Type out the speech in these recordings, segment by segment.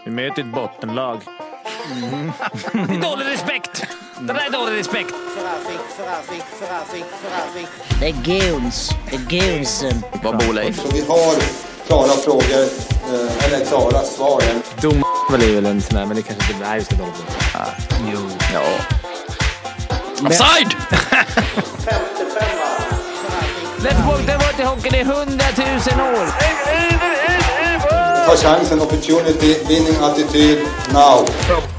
Vi möter ett bottenlag. Det är dålig respekt. Det där är dålig respekt. Det är gunsen. Vad bor Leif? Så vi har klara frågor, eller klara svar. Dom är väl en sån här, men det kanske inte är just det dåligt. Jo. Ja. Offside! Let's walk the water hockey, det är 100 000 år. Ta chansen, opportunity, winning attityd, now.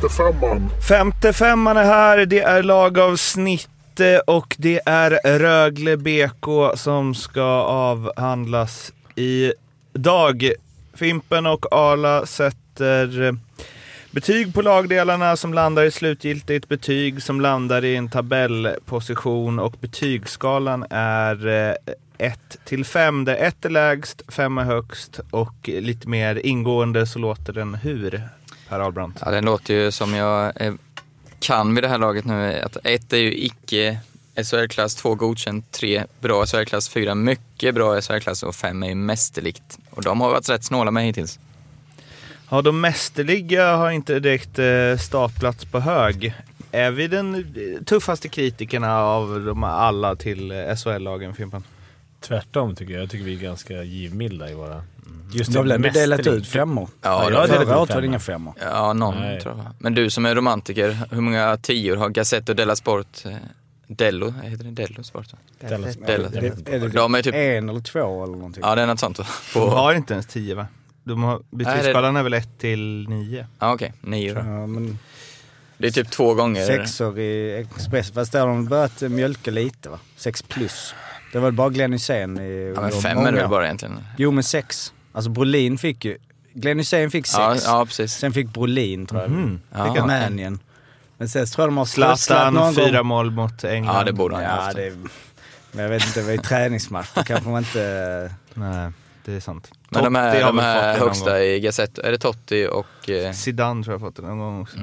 55an är här, det är lagavsnitt och det är Rögle BK som ska avhandlas idag. Fimpen och Arla sätter betyg på lagdelarna som landar i slutgiltigt betyg som landar i en tabellposition, och betygsskalan är 1-5 där 1 är lägst, 5 är högst, och lite mer ingående så låter den hur, Per Ahlbrandt? Ja, den låter ju som jag kan vid det här laget nu. Att 1 är ju icke SHL-klass, 2 godkänt, 3 bra SHL-klass, 4 mycket bra SHL-klass och 5 är ju mästerligt. Och de har varit rätt snåla med hittills. Ja, de mästerliga har inte direkt staplats på hög. Är vi den tuffaste kritikerna av de alla till SHL-lagen, Fimpen? Tvärtom tycker jag. Jag tycker vi är ganska givmilda i våra... Just det, blev delat ut 5 år. Ja, jag har delat ut var det inga 5 år. Ja, någon tror jag. Men du som är romantiker, hur många 10 har Gazette och Della Sport? Dello, heter det Dello Sport? Dello. De är typ 1 eller 2 eller någonting. Ja, det är något sånt. De har inte ens 10, va? Betygsskalan är väl 1-9. Ja, okej. 9 då. Ja, men det är typ 2 gånger. 6 år i Express. Fast där har de börjat mjölka lite, va? 6+. Det var bara Glenn Hysén i... Ja, men 5 är det bara egentligen. Jo, men 6. Alltså Brolin fick ju... Glenn Hysén fick 6. Ja, precis. Sen fick Brolin, tror jag. Fick Mannion. Men sen tror jag de har Zlatan någon 4 mål mot England. Ja, det borde han haft. Men jag vet inte, det var i träningsmatch. Då kanske man inte... Nej, det är sant. Men de här högsta i Gazette, är det Totti och... Zidane tror jag fått det någon gång också.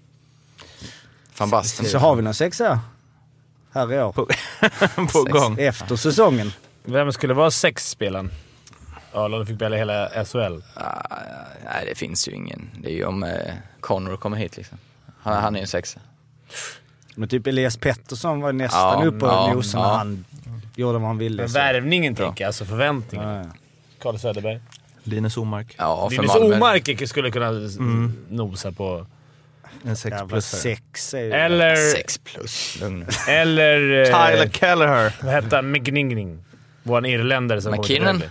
Van Basten. Så har vi någon 6 här i år. På gång. Efter säsongen. Vem skulle vara 6-spelaren? Ja, de fick spela hela SHL. Nej, det finns ju ingen. Det är ju om Connor kommer hit liksom. Han är ju en 6. Men typ Elias Pettersson var nästan uppe på nosen när han gjorde vad han ville. Men värvningen tänker jag, alltså förväntningen. Carl Söderberg. Linus Omark. Ja, Linus Omark skulle kunna nosa på en 6+. 6 eller 6+. Eller Tyler Kelleher. Vad heter han? McNingning. Vår irländare som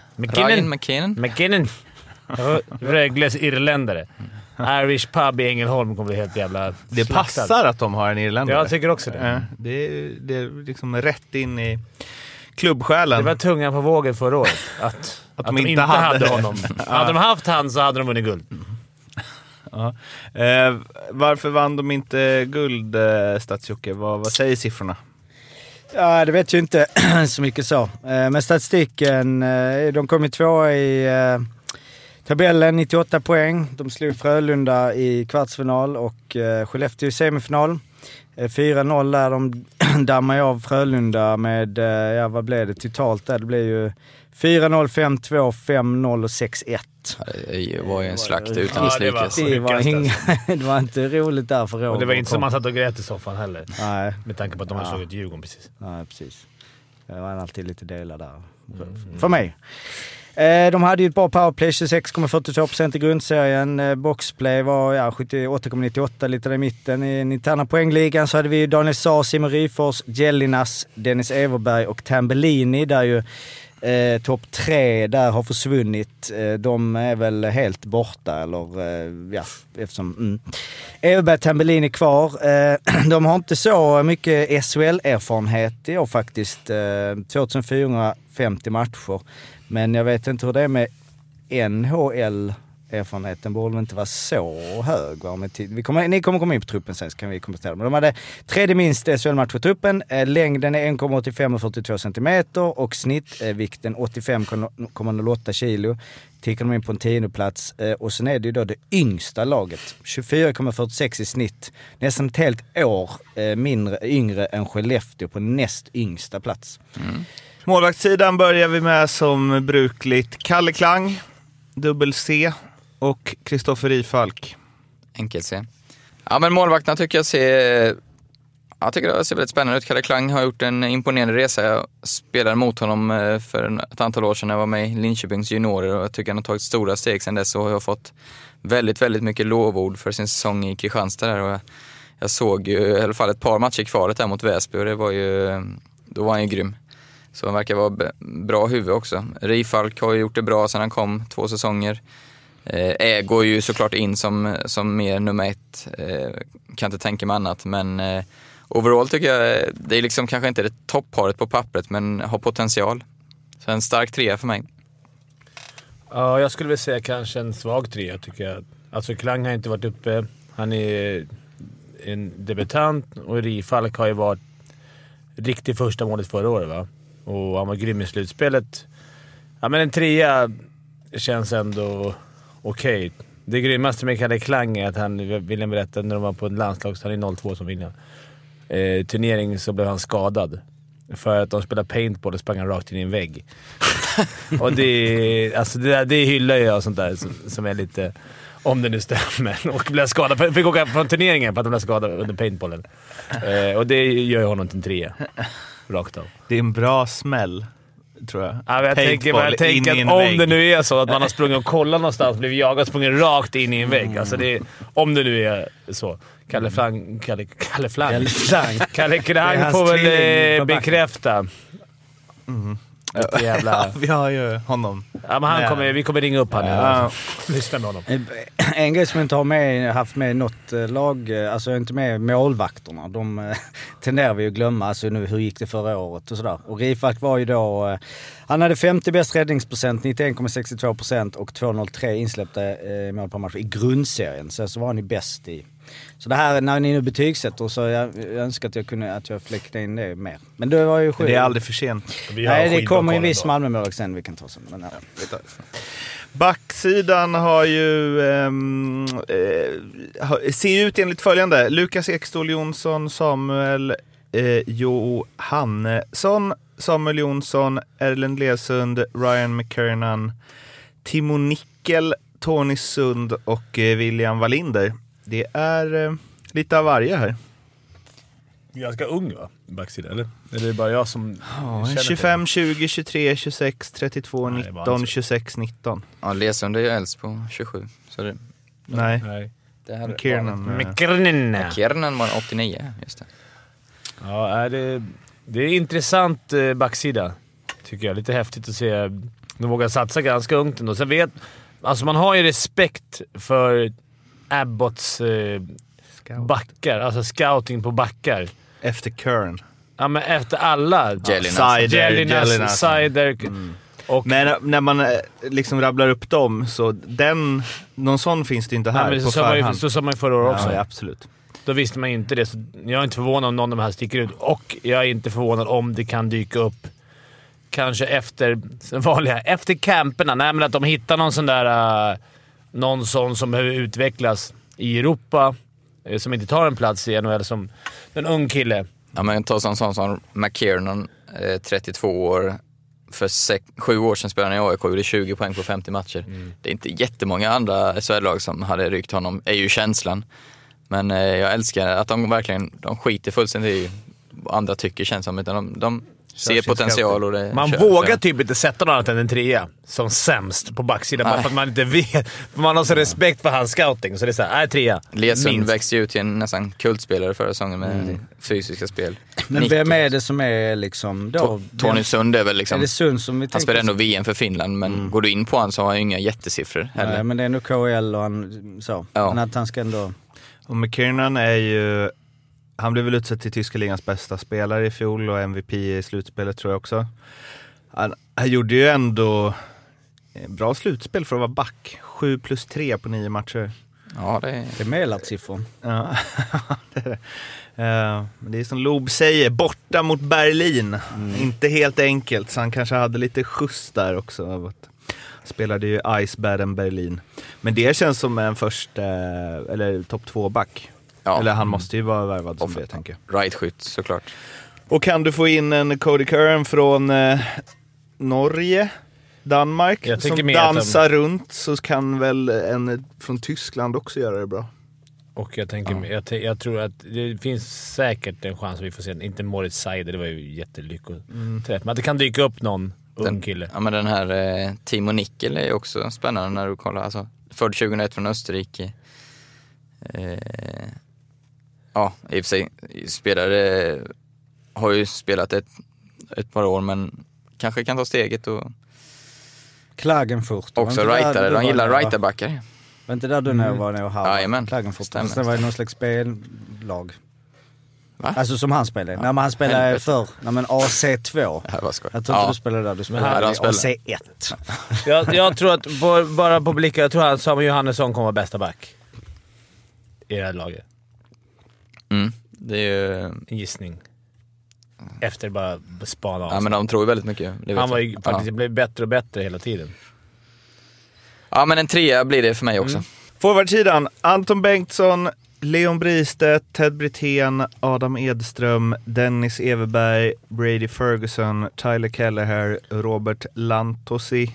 McKinnon. Rögles irländare. Irish pub i Ängelholm kommer bli helt jävla det passar att de har en irländare. Jag tycker också det. Det är liksom rätt in i klubbsjälen. Det var tungan på vågen förra året att de inte hade honom. Hade de haft han så hade de vunnit guld. Ja. Varför vann de inte guld, Stadsjocke? Vad säger siffrorna? Ja, det vet ju inte så mycket så. Men statistiken, de kom ju 2 i tabellen, 98 poäng. De slog Frölunda i kvartsfinal och Skellefteå i semifinal. 4-0 där de dammade av Frölunda med, vad blev det totalt där? Det blev ju 4-0, 5-2, 5-0 och 6-1. Det var ju en slakt utan att slukas. Det var inte roligt där för Roger. Och det var inte som man satt och grät i soffan heller. Nej. Med tanke på att de har slagit Djurgården precis. Nej, precis. Det var alltid lite delar där. För mig. De hade ju ett bra powerplay, 26,42% i grundserien. Boxplay var 78,98, lite där i mitten. I den interna poängligan så hade vi Daniel Saar, Simon Ryfors, Jellinas, Dennis Everberg och Tambellini, där ju topp 3 där har försvunnit. De är väl helt borta, eller eftersom Everberg och Tambellini kvar. De har inte så mycket SHL-erfarenhet i år faktiskt. 2450 matcher. Men jag vet inte hur det är med NHL-erfarenheten. Borde inte vara så hög. Va? Ni kommer komma in på truppen sen, så kan vi kommentera. Men de hade 3:e minst SHL-match för truppen. Längden är 1,85 och 42 cm och snittvikten 85,08 kilo. Tickar de in på en 10:e plats. Och sen är det ju då det yngsta laget. 24,46 i snitt. Nästan ett helt år yngre än Skellefteå på näst yngsta plats. Målvaktssidan börjar vi med som brukligt. Kalle Klang, dubbel C. och Kristoffer Rifalk. Enkelt se. Ja, men målvakterna tycker jag ser väldigt spännande ut. Kalle Klang har gjort en imponerande resa. Jag spelade mot honom för ett antal år sedan när jag var med i Linköpings juniorer och jag tycker han har tagit stora steg sedan dess och jag har fått väldigt, väldigt mycket lovord för sin säsong i Kristianstad där och jag såg ju i alla fall ett par matcher kvalet där mot Väsby och då var han ju grym. Så han verkar vara bra huvud också. Rifalk har ju gjort det bra sedan han kom 2 säsonger. Går ju såklart in som mer nummer 1. Kan inte tänka mig annat. Men overall tycker jag det är liksom kanske inte det toppparet på pappret men har potential. Så en stark 3 för mig. Ja, jag skulle väl säga kanske en svag 3 tycker jag. Alltså Klang har inte varit uppe. Han är en debutant och Rifalk har ju varit riktigt första målet förra året va? Och han var grym i slutspelet. Ja, men en 3 känns ändå okej. Det grymmaste med Kalle Klang är att han, William berättade när de var på en landslags, han är 0-2 som William. Turnering så blev han skadad. För att de spelade paintball och sprang han rakt in i en vägg. Och det hyllar jag sånt där som är lite... Om det nu stämmer. Och blev skadad. Fick åka från turneringen för att de blev skadade under paintballen. Och det gör honom till en 3. Rakt av. Det är en bra smäll, tror jag. Ja, jag tänker att om det nu är så att man har sprungit och kollat någonstans blivit jagad och sprungit rakt in i en vägg. Alltså det är, om det nu är så. Kalle Klang får väl bekräfta. Jävla... vi har ju honom. Ja, men vi kommer ringa upp han. Ja. Lyssna med honom. En grej som jag inte har haft med något lag, alltså inte med målvakterna. De tenderar vi att glömma. Alltså nu, hur gick det förra året och sådär. Och Rifalk var ju då... Han hade 50 bäst räddningsprocent, 91,62% och 2,03 insläppta mål per match i grundserien. Så var han ju bäst i... Så det här, när ni nu betygsätter så jag önskar att jag fläckte in det mer. Men det var ju det är aldrig för sent. Nej, det kommer en viss Malmö-mål sen vi kan ta sen. Men, Backsidan har ju ser ut enligt följande. Lukas Ekståhl Jonsson, Samuel Johannesson, Samuel Jonsson, Erlend Lesund, Ryan McKernan, Timo Nickel, Tony Sund och William Wallinder. Det är lite av varje här. Ganska ung va? Backsida, eller? Eller är det bara jag som... 25, 20, 23, 26, 32, 19, 26, 19. Ja, Lesund är ju äldst på 27. Så det... Nej. Det här McKernan var 89, just det. Ja, det är intressant backsida. Tycker jag. Lite häftigt att se. De vågar satsa ganska ungt ändå. Sen alltså man har ju respekt för Abbotts backar. Alltså scouting på backar. Efter Kern. Ja, men efter alla. Jelinas. Sider. Men när man liksom rabblar upp dem så någon sån finns det inte här på förhand. Så sa man ju förra året också. Ja, absolut. Då visste man inte det. Så jag är inte förvånad om någon av de här sticker ut. Och jag är inte förvånad om det kan dyka upp kanske efter camperna. Nej, men att de hittar någon sån där... någon sån som behöver utvecklas i Europa. Som inte tar en plats i NHL som en ung kille. Ja, men ta sån som McKernan, 32 år. För 7 år sedan spelade han i AIK och gjorde 20 poäng på 50 matcher. Det är inte jättemånga andra SHL-lag som hade ryckt honom, är ju känslan. Men jag älskar att de skiter fullständigt i vad andra tycker känns som. Utan de ser potential och det... Man vågar typ inte sätta något annat än en 3 som sämst på backsidan. Bara för att man inte vet. För man har så respekt för hans scouting. Så det är såhär, 3. Lesund växte ju ut till en nästan kultspelare förra säsongen med fysiska spel. Men vem är det som är liksom... då? Tony Sund är väl liksom... Är det Sund som vi han spelar ändå VM för Finland, men går du in på han så har han ju inga jättesiffror heller. Nej, men det är nog KL och han så. Ja. Men att han ska ändå... Och McKernan är ju... Han blev väl utsett till tyska ligans bästa spelare i fjol och MVP i slutspelet tror jag också. Han gjorde ju ändå bra slutspel för att vara back. 7+3 på 9 matcher. Ja, det är medlartsiffror. Ja, det är som Lob säger, borta mot Berlin. Inte helt enkelt, så han kanske hade lite skjuts där också. Spelade ju Eisbären Berlin. Men det känns som en första, eller topp 2-back. Ja. Eller han måste ju vara värvad som det, tänker jag. Right-skytt, såklart. Och kan du få in en Cody Curran från Norge? Danmark Jag som tycker mer att dansar runt, så kan väl en från Tyskland också göra det bra. Och jag tänker, jag tror att det finns säkert en chans att vi får se, inte Moritz Seider, det var ju jättelyckligt. Men att det kan dyka upp någon ung kille. Ja, men den här Timo Nickel är också spännande när du kollar. Alltså, född 2001 från Österrike. Ja, i och för sig spelare har ju spelat ett par år, men kanske kan ta steget och Klagenfurt. också rightare. De gillar righterbackar. Var inte där du när var nere och Jajamän. Klagenfurt. Stämmer. Det var ju någon slags spellag. Va? Alltså som han spelade. När han spelade för AC2. Det här var skoj. Jag tror inte du spelade där. Du spelade i AC1. Jag tror att bara på blickar, jag tror att Samuel Johannesson kommer vara bästa back i det här laget. Det är ju... En gissning. Efter bara spana av. Ja, men de tror ju väldigt mycket. Han var ju faktiskt blev bättre och bättre hela tiden. Ja, men en 3 blir det för mig också. Forwardsidan, Anton Bengtsson, Leon Bristedt, Ted Brithén, Adam Edström, Dennis Everberg, Brady Ferguson, Tyler Kelleher, Robert Lantosi,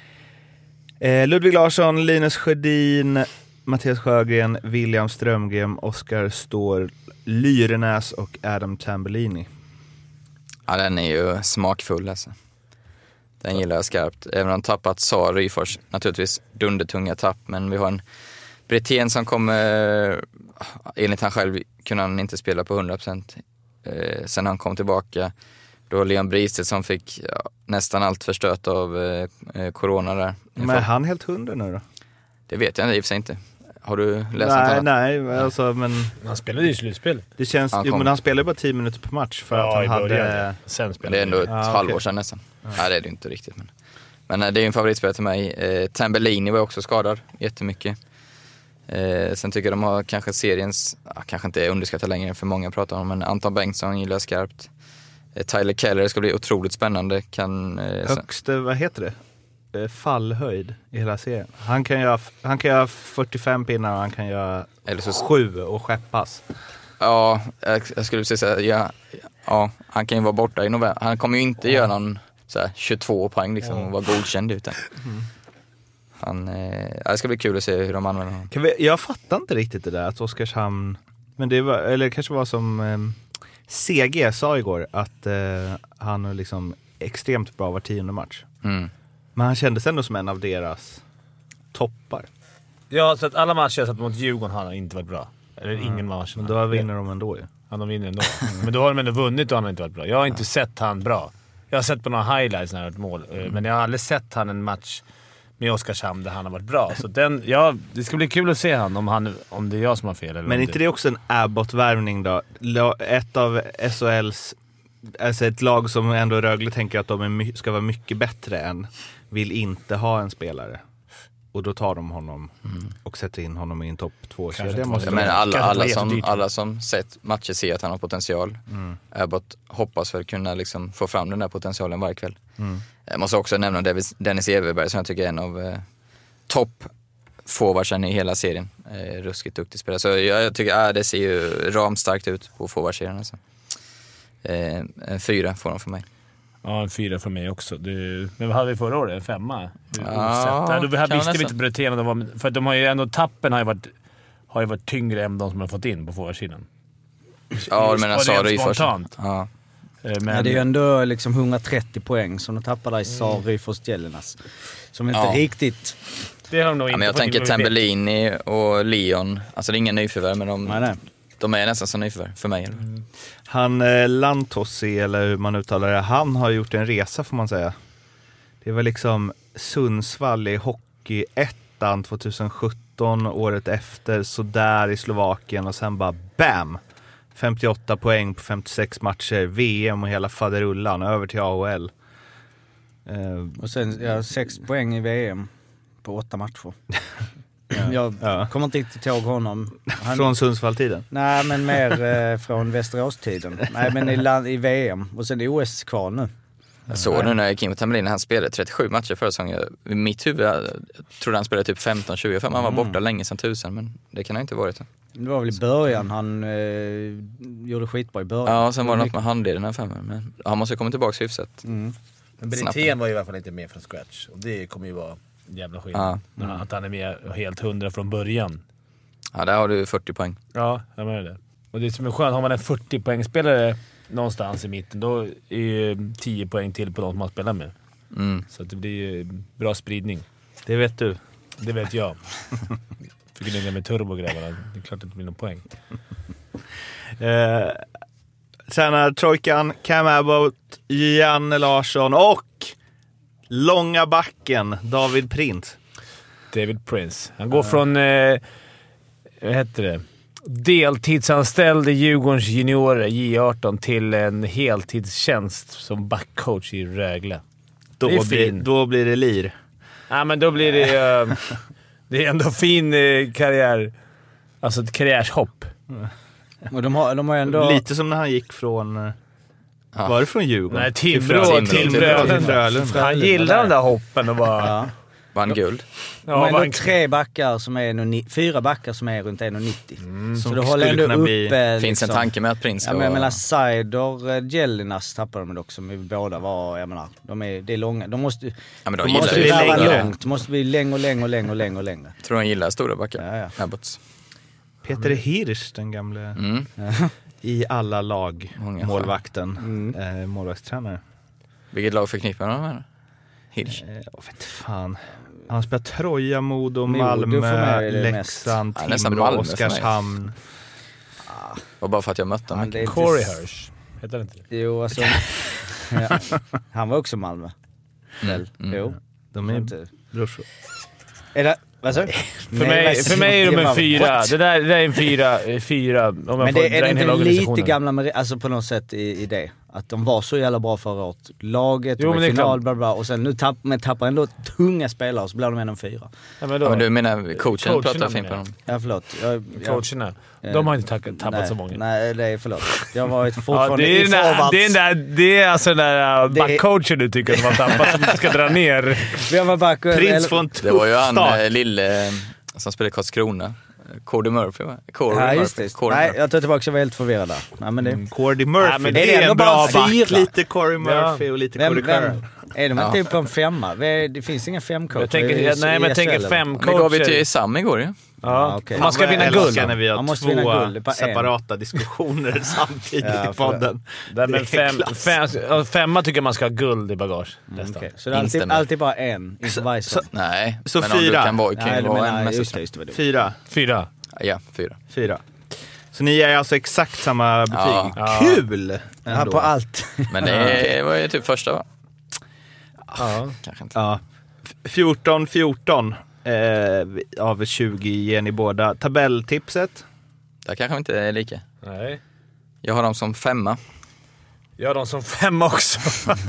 Ludvig Larsson, Linus Sjödin, Mattias Sjögren, William Strömgren, Oskar Ståhl, Lyrenäs och Adam Tambellini. Ja, den är ju smakfull alltså. Den gillar jag skarpt. Även om tappat Sara Ryfors, naturligtvis dundertunga tapp, men vi har en Brithén som kommer, enligt han själv kunde han inte spela på 100%. Sen han kom tillbaka, då Leon Bristedt som fick nästan allt förstört av corona där. Men är han helt 100 nu då? Det vet jag i och för sig inte. Har du läst Nej, alltså, men Han spelade ju slutspel. det känns, men han spelade bara 10 minuter per match för att han hade... Sen Det spelade är ändå ett okej. halvår sedan nästan. Nej, det är det inte riktigt. Men det är ju en favoritspelare till mig. Tambellini var också skadad jättemycket. Sen tycker jag de har kanske seriens, kanske inte underskattat längre för många pratar om, men Anton Bengtsson gillar skarpt. Tyler Keller ska bli otroligt spännande. Högste, vad heter det? Fallhöjd i hela serien. Han kan göra 45 pinnar och han kan göra 7 och skeppas. Ja, jag skulle precis säga, ja, han kan ju vara borta i november. Han kommer ju inte göra någon så här 22 poäng liksom och vara godkänd utan. Det ska bli kul att se hur de använder honom. Jag fattar inte riktigt det där att Oskarshamn, men det var, eller kanske var som CG sa igår att han är liksom extremt bra var 10:e match. Men han kändes ändå som en av deras toppar. Ja, så att alla matcher jag satt mot Djurgården har inte varit bra. Eller ingen match. Men då vinner de ändå ju. Ja, de vinner ändå. Men då har de ändå vunnit och han har inte varit bra. Jag har inte sett han bra. Jag har sett på några highlights när han har varit mål. Men jag har aldrig sett han en match med Oskarshamn där han har varit bra. Så det ska bli kul att se han om det är jag som har fel. Eller men inte det är också en Abbott-värvning då? Ett av SHLs, alltså ett lag som ändå Rögle tänker att de ska vara mycket bättre än, vill inte ha en spelare. Och då tar de honom och sätter in honom i en topp 2-kedja. Men alla som sett matcher ser att han har potential. Abbott hoppas väl kunna liksom få fram den där potentialen varje kväll. Jag måste också nämna Dennis Everberg som jag tycker är en av topp-forwardsen i hela serien. Ruskigt duktig spelare. Så jag tycker det ser ju ramstarkt ut på forwardserien. Alltså. En 4 får de för mig. Ja, en 4 för mig också. Men vad hade vi förra året? En 5? Ja, då visste vi inte Brithén. För att de har ju ändå, tappen har ju varit tyngre än de som har fått in på forwardsidan. Ja, du menar Sara Ryfors. Ja. Men det är ju ändå liksom 130 poäng som de tappar där i Sara Ryfors Jellinas. Som inte riktigt... Det har de nog inte. Men jag tänker Tambellini och Leon. Alltså det är ingen nyförvärv, men de är nästan så nyförvärv för mig. Han Lantosi, eller hur man uttalar det, han har gjort en resa får man säga. Det var liksom Sundsvall i Hockeyettan 2017, året efter, så där i Slovakien och sen bara BAM! 58 poäng på 56 matcher, VM och hela faderullan, över till AHL. Och sen 6 poäng i VM på 8 matcher. Jag kommer inte riktigt ihåg honom. Från Sundsvall-tiden? Nej, men mer från Västerås-tiden. Nej, men i VM. Och sen i OS-kval nu. Jag såg nu när jag gick in på Tambellini, han spelade 37 matcher förra säsongen. I mitt huvud jag trodde han spelade typ 15-25. Han var borta länge sedan 1000, men det kan ha inte varit. Det var väl i början. Han gjorde skitbra i början. Ja, och sen var det något med handleden här 5. Men han måste komma tillbaka hyfsat. Men Brithén var ju i alla fall inte med från scratch. Och det kommer ju vara en jävla skillnad. Att han är med helt 100 från början. Ja, där har du 40 poäng. Ja, jag menar det. Och det som är skönt, har man en 40-poängspelare någonstans i mitten, då är ju 10 poäng till på de som man spelar med. Så att det blir ju bra spridning. Det vet du. Det vet jag. Fick ringa med turbograbbarna. Det är klart att det blir någon poäng. Sen trojkan, Cam Abbott, Janne Larsson och långa backen David Prince. David Prince. Han går från vad heter det? Deltidsanställd i Djurgårdens juniorer J18 till en heltidstjänst som backcoach i Rögle. Då blir det lir. Ja, men då blir det det är ändå fin karriär. Alltså ett karriärshopp. Och de har ändå... Lite som när han gick från... Var det från Djurgården? Nej, Timrå till Frölunda. Han gillar den där hoppen och bara... Vann guld. De har ändå 4 backar som är runt 1,90. Så som det håller ändå uppe... Finns en tanke med att Prins ska vara... Jag menar, Seider, Jellinas tappar de också. Men båda var, jag menar, det är långa. De måste bli långt. De måste bli längre. Tror han gillar stora backar. Ja. Abbots. Peter Hirsch, den gamla i alla lag målvakten, målvaktstränare. Vilket lag förknippar de här? Hirsch? Jag vet fan. Han spelar Troja, Modo, Malmö, Leksand, Timrå, Oskarshamn. Och bara för att jag mötte honom. Corey Hirsch. Heter det inte? Jo, alltså... Han var också Malmö. Jo. De är inte brorsor. Är det... För mig är de en 4. Det där är en 4. Men det är inte lite gamla alltså på något sätt i det. Att de var så jävla bra förra året. Laget, de är final, bla bla. Och sen nu tappar ändå tunga spelare och så blir de en 4. Ja, men du menar coachen pratar fint på dem? Ja, förlåt. Coacherna. De har inte tappat så många. Nej, det är förlåt. Jag har varit fortfarande i forwards. Det är alltså den där backcoachen du tycker att de har tappat som ska dra ner. Vi var back. Det var ju han lille som spelade Karlskrona. Cordy Murphy, va? Ja, just det. Nej, jag tar tillbaka, jag var helt förvirrad där. Nej, men det... Cordy Murphy, ja, men det är en bra back. 4. Lite Corey Murphy och lite Cody Kerr. Är de inte på en 5? Det finns inga 5-coacher. Nej, men jag tänker 5-coacher. Det gav vi till Sam igår, ja. Ja, okay. Man ska vinna guld. När vi har 2 separata diskussioner samtidigt i podden. Men 5 tycker man ska ha guld i bagage. Okay. Så det är alltid bara en? Nej, så men 4. Om du kan vara en just det. 4. Ja, 4. Så ni ger alltså exakt samma betyg. Ja. Kul! Ja, på allt. Men det var ju typ första, va? Ja. Kanske inte. Ja. 14 av 20 ger ni båda. Tabelltipset? Där kanske vi inte är lika. Nej. Jag har dem som 5. Jag har dem som 5 också.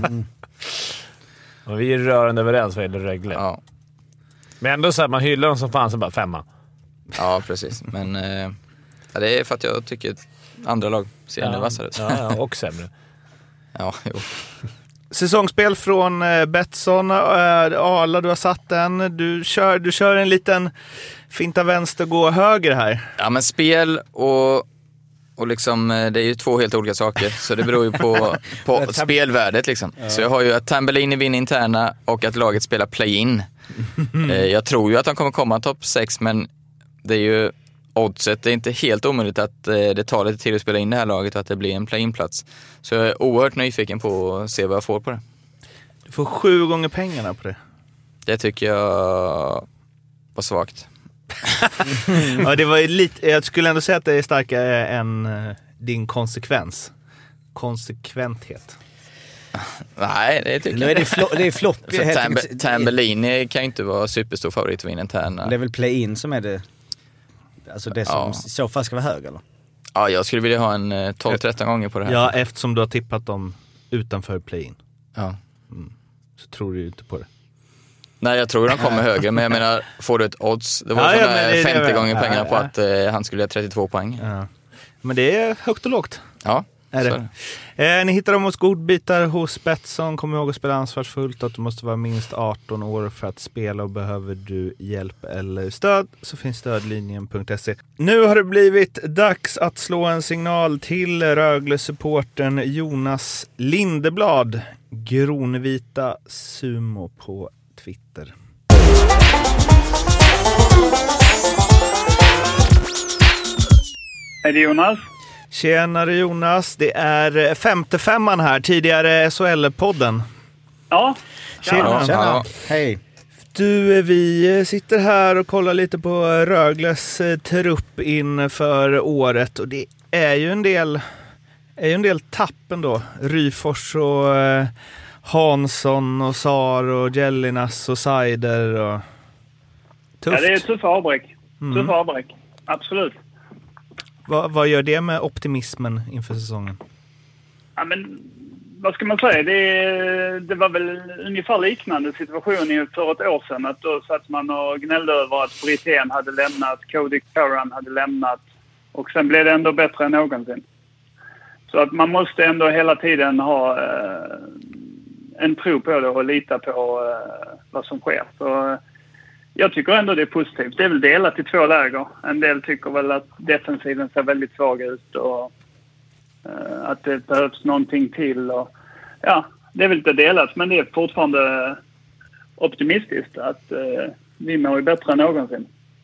Och vi är rörande överens vad gäller Rögle. Ja. Men ändå så här, man hyllar dem som fan som bara 5. Ja, precis. Men det är för att jag tycker att andra lag ser ännu vassare ut. Ja, och sämre. Ja, jo. Säsongsspel från Betsson. Arla, du har satt den. Du kör en liten finta vänster, gå höger här. Ja, men spel och liksom, det är ju 2 helt olika saker. Så det beror ju på spelvärdet liksom. Ja. Så jag har ju att Tambellini vinner interna och att laget spelar play-in. Jag tror ju att de kommer komma topp 6, men det är ju oddset. Det är inte helt omöjligt att det tar lite tid att spela in det här laget och att det blir en play-in-plats. Så jag är oerhört nyfiken på att se vad jag får på det. Du får 7 gånger pengarna på det. Det tycker jag var svagt. Ja, det var lite, jag skulle ändå säga att det är starkare än din konsekventhet. Nej, det tycker jag inte. Det är flopp. Tambellini kan ju inte vara superstor favorit att vinna interna. Det är väl play-in som är det, alltså det som i så fall ska vara hög, eller? Ja, jag skulle vilja ha en 12-13 gånger på det här. Ja, eftersom du har tippat dem utanför play-in. Ja. Så tror du ju inte på det. Nej, jag tror de kommer högre, men jag menar, får du ett odds? Det var 50 gånger pengarna på att han skulle ha 32 poäng. Ja. Men det är högt och lågt. Ja. Är det? Ni hittar dem hos godbitar hos Betsson. Kom ihåg att spela ansvarsfullt, att du måste vara minst 18 år för att spela, och behöver du hjälp eller stöd så finns stödlinjen.se. Nu har det blivit dags att slå en signal till Rögle-supporten Jonas Lindeblad, Gronvita Sumo på Twitter. Är det Jonas? Tjenare Jonas, det är 55an här, tidigare SHL-podden. Ja. Tjena. Tjena. Hej. Du, vi sitter här och kollar lite på Rögles trupp inför året, och det är ju en del tapp ändå. Ryfors och Hansson och Sar och Jellinas och Seider och... Tufft. Ja, det är tuffa avbräck. Tuffa avbräck, absolut. Vad gör det med optimismen inför säsongen? Ja, men vad ska man säga? Det var väl ungefär liknande situation för ett år sedan. Att då satt man och gnällde över att Brithén hade lämnat, Cody Curran hade lämnat, och sen blev det ändå bättre än någonsin. Så att man måste ändå hela tiden ha en tro på det och lita på vad som sker. Så jag tycker ändå det är positivt. Det är väl delat i två läger. En del tycker väl att defensiven ser väldigt svag ut och att det behövs någonting till. Och, ja, det är väl lite delat, men det är fortfarande optimistiskt att vi mår ju bättre än någonsin.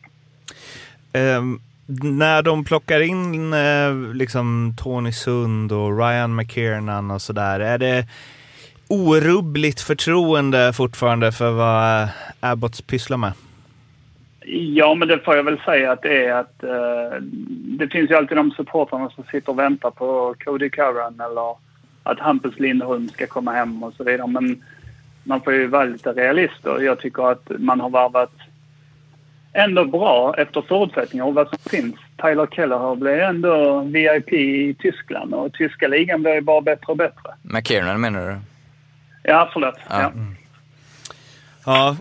När de plockar in liksom Tony Sund och Ryan McKiernan och sådär, är det orubbligt förtroende fortfarande för vad Abbots pysslar med? Ja, men det får jag väl säga att det är att det finns ju alltid de supportrarna som sitter och väntar på Cody Curran eller att Hampus Lindholm ska komma hem och så vidare. Men man får ju vara lite realist, och jag tycker att man har varvat ändå bra efter förutsättningar och vad som finns. Tyler Keller blir ändå VIP i Tyskland, och tyska ligan blir ju bara bättre och bättre. McKiernan menar du? Ja, förlåt. Ja. Ja,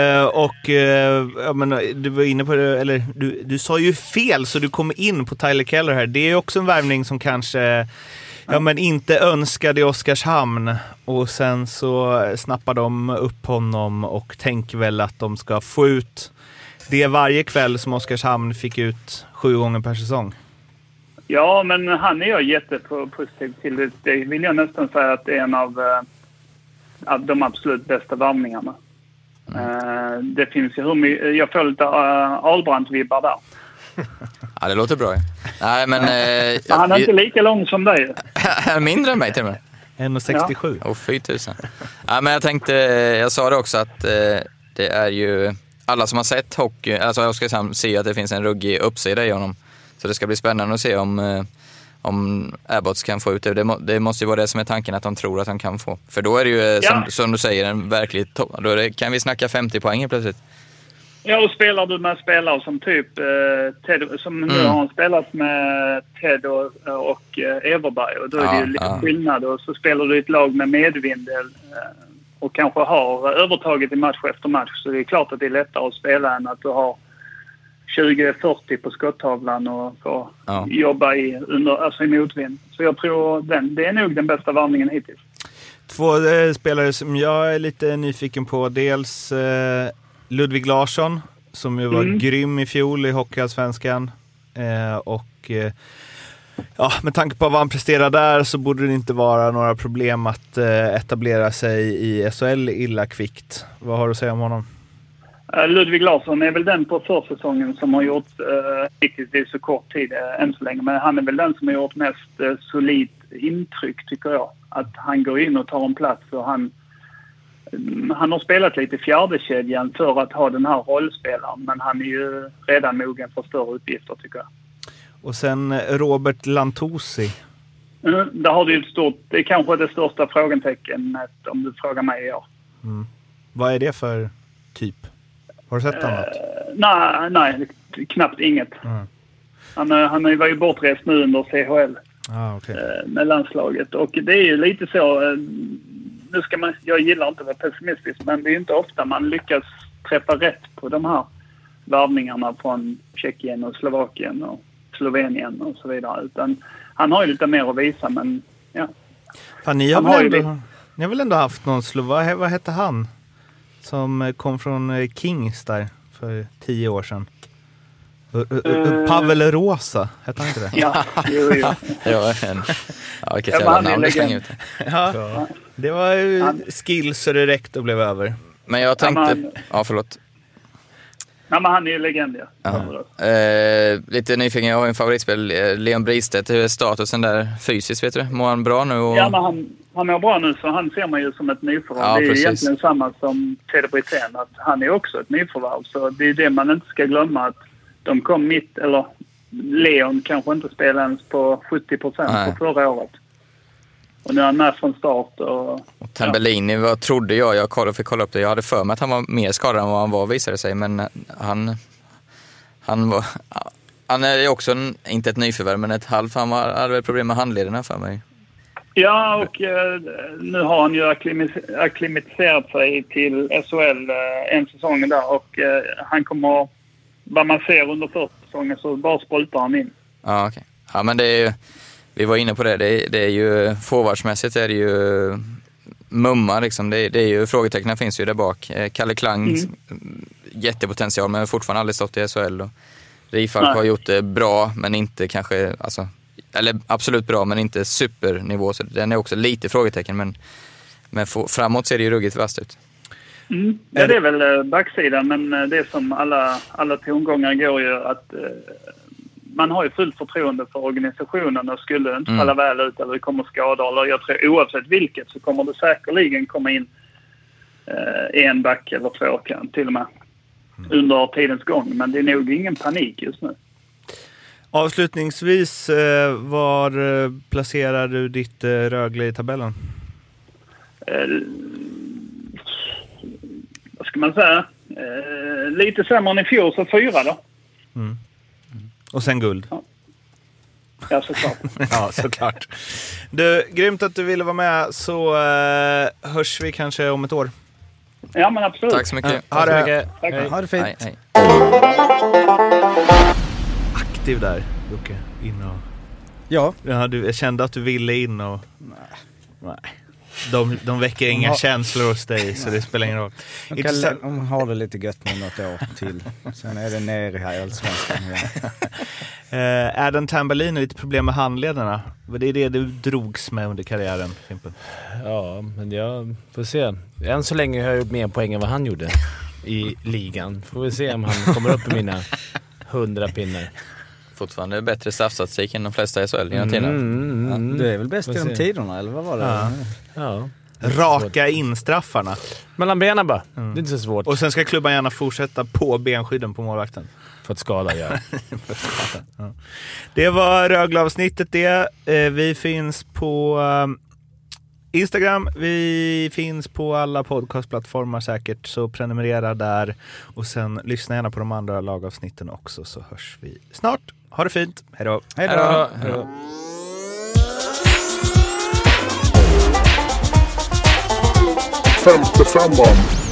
men du var inne på det, eller du sa ju fel, så du kommer in på Tyler Keller här. Det är ju också en värvning som kanske men inte önskade i Oskarshamn, och sen så snappar de upp honom och tänker väl att de ska få ut det varje kväll som Oskarshamn fick ut 7 gånger per säsong. Ja, men han är jag jättepositiv till. Det vill jag nästan säga att det är en av de absolut bästa värvningarna. Det finns ju jag får lite Ahlbrandt-vibbar där. Ja, det låter bra. Nej, men han är inte lika lång som dig. Mindre än mig till och med. 1,67. Ja. 4000. Ja, men jag sa det också att det är ju alla som har sett hockey, alltså jag ska se att det finns en ruggig uppsida i honom. Så det ska bli spännande att se om Abbots kan få ut det. Det måste ju vara det som är tanken, att de tror att han kan få. För då är det ju, som du säger, en verklig topp. Då kan vi snacka 50 poäng plötsligt. Ja, och spelar du med spelare som typ Ted, som nu har han spelat med Ted och Everberg, och då är det ju lite skillnad. Och så spelar du ett lag med medvind och kanske har övertaget i match efter match, så det är klart att det är lättare att spela än att du har 20-40 på skottavlan och få jobba i motvind. Så jag tror det är nog den bästa värvningen hittills. 2 spelare som jag är lite nyfiken på. Dels Ludvig Larsson, som ju var grym i fjol i Hockeyallsvenskan. Med tanke på vad han presterar där så borde det inte vara några problem att etablera sig i SHL illa kvickt. Vad har du att säga om honom? Ludvig Larsson är väl den på försäsongen som har gjort hittills, det är så kort tid än så länge, men han är väl den som har gjort mest solid intryck, tycker jag. Att han går in och tar en plats, och han har spelat lite i fjärdekedjan för att ha den här rollspelaren, men han är ju redan mogen för större uppgifter, tycker jag. Och sen Robert Lantosi. Där har du det är kanske det största frågetecknet om du frågar mig i år. Vad är det för typ? Har du sett annat? Nej, knappt inget. Han var ju bortrest nu under CHL med landslaget. Och det är ju lite så, jag gillar inte att vara pessimistisk, men det är inte ofta man lyckas träffa rätt på de här värvningarna från Tjeckien och Slovakien och Slovenien och så vidare. Utan han har ju lite mer att visa, men ja. Fan, ni har väl ändå haft någon vad hette han? Som kom från Kings där för 10 år sedan. Pavel Rosa, hette han inte det? Ja, jo. Vilket jävla namn du slänger ut. Ja, det var ju skills så det räckte och blev över. Men jag tänkte... förlåt. Ja, men han är ju legend, lite nyfiken, jag har en favoritspel, Leon Bristedt. Hur är statusen där fysiskt, vet du? Mår han bra nu? Ja, men han mår bra nu, så han ser man ju som ett nyförvärv. Det är egentligen samma som Teddy Brithén, att han är också ett nyförvärv. Så det är det man inte ska glömma, att de kom Leon kanske inte spelade ens på 70% på förra året. Och nu är han med från start. Och Tambellini, vad trodde jag fick kolla upp det. Jag hade för mig att han var mer skadad än vad han var, visade sig. Men han är också inte ett nyförvärv, men ett halvt. Han hade väl problem med handlederna för mig. Ja, och nu har han ju akklimatiserat sig till SHL en säsong där. Och han kommer, vad man ser under första säsongen, så bara sprutar han in. Ja, okej. Ja, men det är ju... Vi var inne på det. Det är ju forwardsmässigt är det ju mumma liksom. Det är ju frågetecknen finns ju där bak. Kalle Klang jättepotential, men fortfarande aldrig stått i SHL. Rifalk har gjort det bra, men inte kanske eller absolut bra, men inte supernivå, så den är också lite frågetecken, men framåt ser det ju ruggigt vast ut. Ja, det är väl backsidan, men det som alla tongångar går ju att man har ju fullt förtroende för organisationen, och skulle det inte falla väl ut eller det kommer skada, eller jag tror oavsett vilket, så kommer det säkerligen komma in en back eller två till och med under tidens gång, men det är nog ingen panik just nu. Avslutningsvis, var placerar du ditt Rögle i tabellen? Vad ska man säga? Lite sämre än i fjol, så 4 då. Och sen guld. Ja, såklart. Ja, såklart. Du, grymt att du ville vara med, så hörs vi kanske om ett år. Ja, men absolut. Tack så mycket. Ha det. Tack. Ha det fint. Hej. Aktiv där, Jocke. In och... Ja. Jag kände att du ville in och... Nej. De väcker inga känslor hos dig, så det spelar ingen roll. De har det lite gött med något år till. Sen är det nere här i Allsvenskan igen. Är den Tambellini lite problem med handledarna? Det är det du drogs med under karriären, Fimpen. Ja, men jag får se. Än så länge har jag gjort mer poäng än vad han gjorde i ligan. Får vi se om han kommer upp i mina 100 pinnar. Fortfarande bättre straffstatistik än de flesta i SHL genom tiderna. Det är väl bäst genom tiderna, eller vad var det? Ja. Raka in straffarna. Mellan benen bara. Det är inte så svårt. Och sen ska klubban gärna fortsätta på benskydden på målvakten. För att skada, ja. Ja. Det var Rögle-avsnittet det. Vi finns på Instagram. Vi finns på alla podcastplattformar säkert. Så prenumerera där. Och sen lyssna gärna på de andra lagavsnitten också, så hörs vi snart. Ha det fint. Hej då. Hej då. Femte femman.